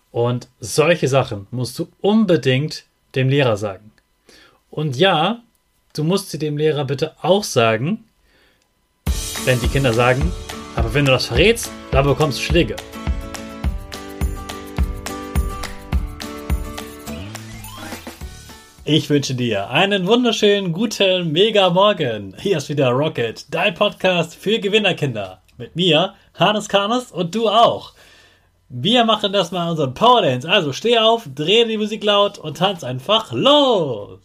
Und solche Sachen musst du unbedingt dem Lehrer sagen. Und ja, du musst sie dem Lehrer bitte auch sagen, wenn die Kinder sagen, aber wenn du das verrätst, dann bekommst du Schläge. Ich wünsche dir einen wunderschönen, guten, mega Morgen. Hier ist wieder Rocket, dein Podcast für Gewinnerkinder. Mit mir, Hannes Karnes und du auch. Wir machen das mal unseren Power Dance. Also steh auf, dreh die Musik laut und tanz einfach los.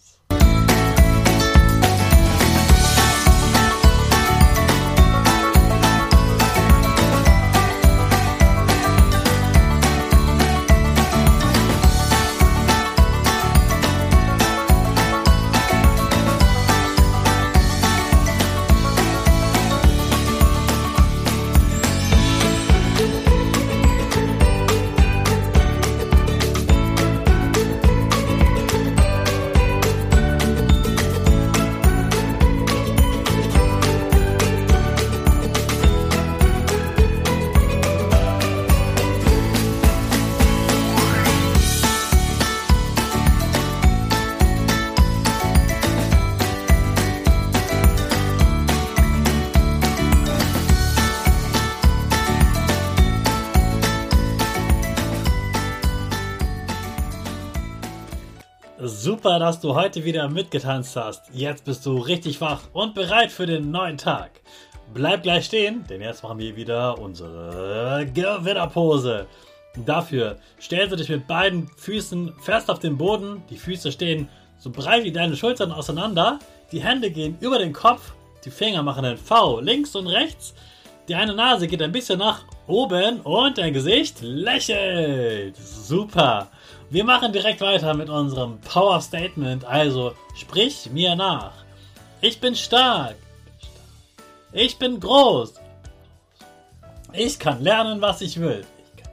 Super, dass du heute wieder mitgetanzt hast. Jetzt bist du richtig wach und bereit für den neuen Tag. Bleib gleich stehen, denn jetzt machen wir wieder unsere Gewinnerpose. Dafür stellst du dich mit beiden Füßen fest auf den Boden. Die Füße stehen so breit wie deine Schultern auseinander. Die Hände gehen über den Kopf. Die Finger machen ein V links und rechts. Die eine Nase geht ein bisschen nach oben und dein Gesicht lächelt. Super. Wir machen direkt weiter mit unserem Power Statement. Also sprich mir nach. Ich bin stark. Ich bin groß. Ich kann lernen, was ich will.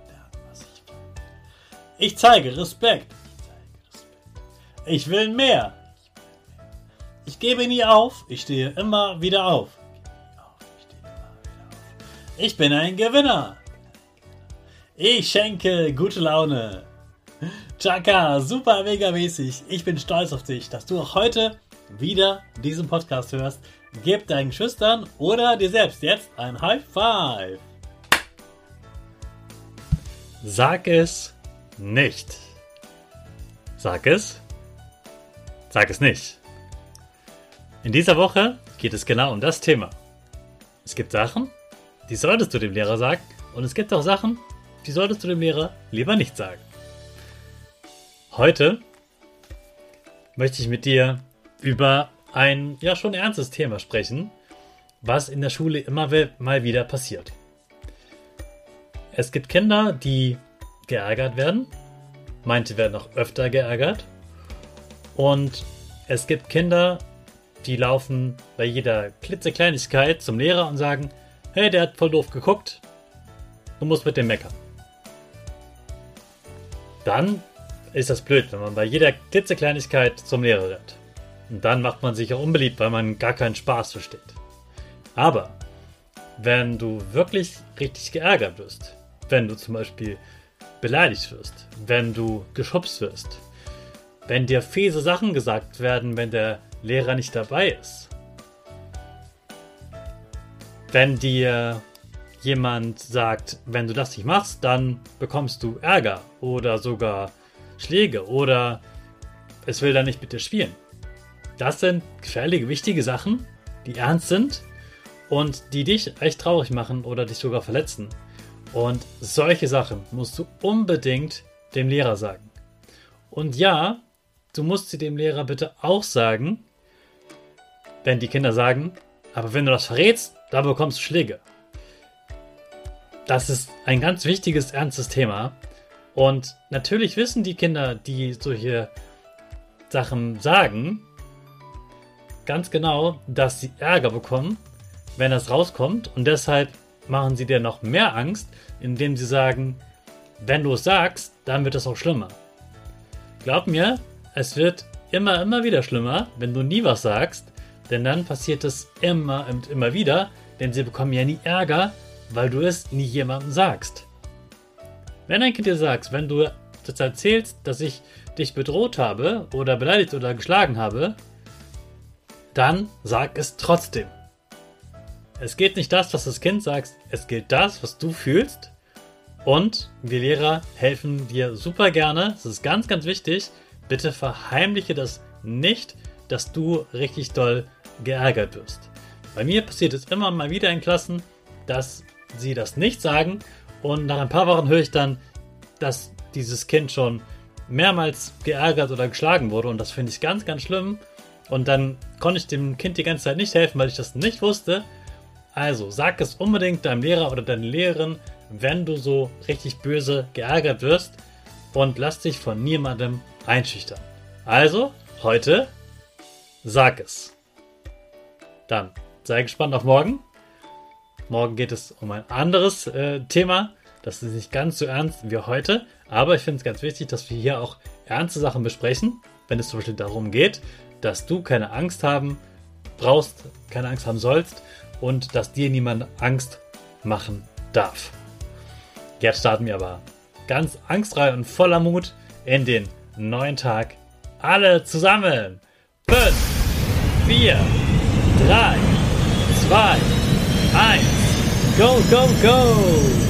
Ich zeige Respekt. Ich will mehr. Ich gebe nie auf. Ich stehe immer wieder auf. Ich bin ein Gewinner. Ich schenke gute Laune. Chaka, super mega mäßig. Ich bin stolz auf dich, dass du auch heute wieder diesen Podcast hörst. Gib deinen Geschwistern oder dir selbst jetzt ein High Five. Sag es nicht. Sag es. Sag es nicht. In dieser Woche geht es genau um das Thema. Es gibt Sachen, die solltest du dem Lehrer sagen, und es gibt auch Sachen, die solltest du dem Lehrer lieber nicht sagen. Heute möchte ich mit dir über ein schon ernstes Thema sprechen, was in der Schule immer mal wieder passiert. Es gibt Kinder, die geärgert werden, manche werden auch öfter geärgert, und es gibt Kinder, die laufen bei jeder klitzekleinigkeit zum Lehrer und sagen, hey, der hat voll doof geguckt, du musst mit dem meckern. Dann ist das blöd, wenn man bei jeder klitzekleinigkeit zum Lehrer rennt. Und dann macht man sich auch unbeliebt, weil man gar keinen Spaß versteht. Aber wenn du wirklich richtig geärgert wirst, wenn du zum Beispiel beleidigt wirst, wenn du geschubst wirst, wenn dir fiese Sachen gesagt werden, wenn der Lehrer nicht dabei ist, wenn dir jemand sagt, wenn du das nicht machst, dann bekommst du Ärger oder sogar Schläge oder es will dann nicht mit dir spielen. Das sind gefährliche, wichtige Sachen, die ernst sind und die dich echt traurig machen oder dich sogar verletzen. Und solche Sachen musst du unbedingt dem Lehrer sagen. Und ja, du musst sie dem Lehrer bitte auch sagen, wenn die Kinder sagen, aber wenn du das verrätst, dann bekommst du Schläge. Das ist ein ganz wichtiges, ernstes Thema. Und natürlich wissen die Kinder, die solche Sachen sagen, ganz genau, dass sie Ärger bekommen, wenn das rauskommt. Und deshalb machen sie dir noch mehr Angst, indem sie sagen, wenn du es sagst, dann wird es auch schlimmer. Glaub mir, es wird immer wieder schlimmer, wenn du nie was sagst, denn dann passiert es immer und immer wieder, denn sie bekommen ja nie Ärger, weil du es nie jemandem sagst. Wenn ein Kind dir sagt, wenn du das erzählst, dass ich dich bedroht habe oder beleidigt oder geschlagen habe, dann sag es trotzdem. Es gilt nicht das, was das Kind sagt, es gilt das, was du fühlst. Und wir Lehrer helfen dir super gerne. Das ist ganz, ganz wichtig. Bitte verheimliche das nicht, dass du richtig doll geärgert wirst. Bei mir passiert es immer mal wieder in Klassen, dass sie das nicht sagen. Und nach ein paar Wochen höre ich dann, dass dieses Kind schon mehrmals geärgert oder geschlagen wurde. Und das finde ich ganz, ganz schlimm. Und dann konnte ich dem Kind die ganze Zeit nicht helfen, weil ich das nicht wusste. Also sag es unbedingt deinem Lehrer oder deiner Lehrerin, wenn du so richtig böse geärgert wirst, und lass dich von niemandem einschüchtern. Also, heute, sag es. Dann sei gespannt auf morgen. Morgen geht es um ein anderes Thema. Das ist nicht ganz so ernst wie heute, aber ich finde es ganz wichtig, dass wir hier auch ernste Sachen besprechen, wenn es zum Beispiel darum geht, dass du keine Angst haben brauchst, keine Angst haben sollst und dass dir niemand Angst machen darf. Jetzt starten wir aber ganz angstfrei und voller Mut in den neuen Tag. Alle zusammen. 5, 4, 3, 2, 1. Go, go, go!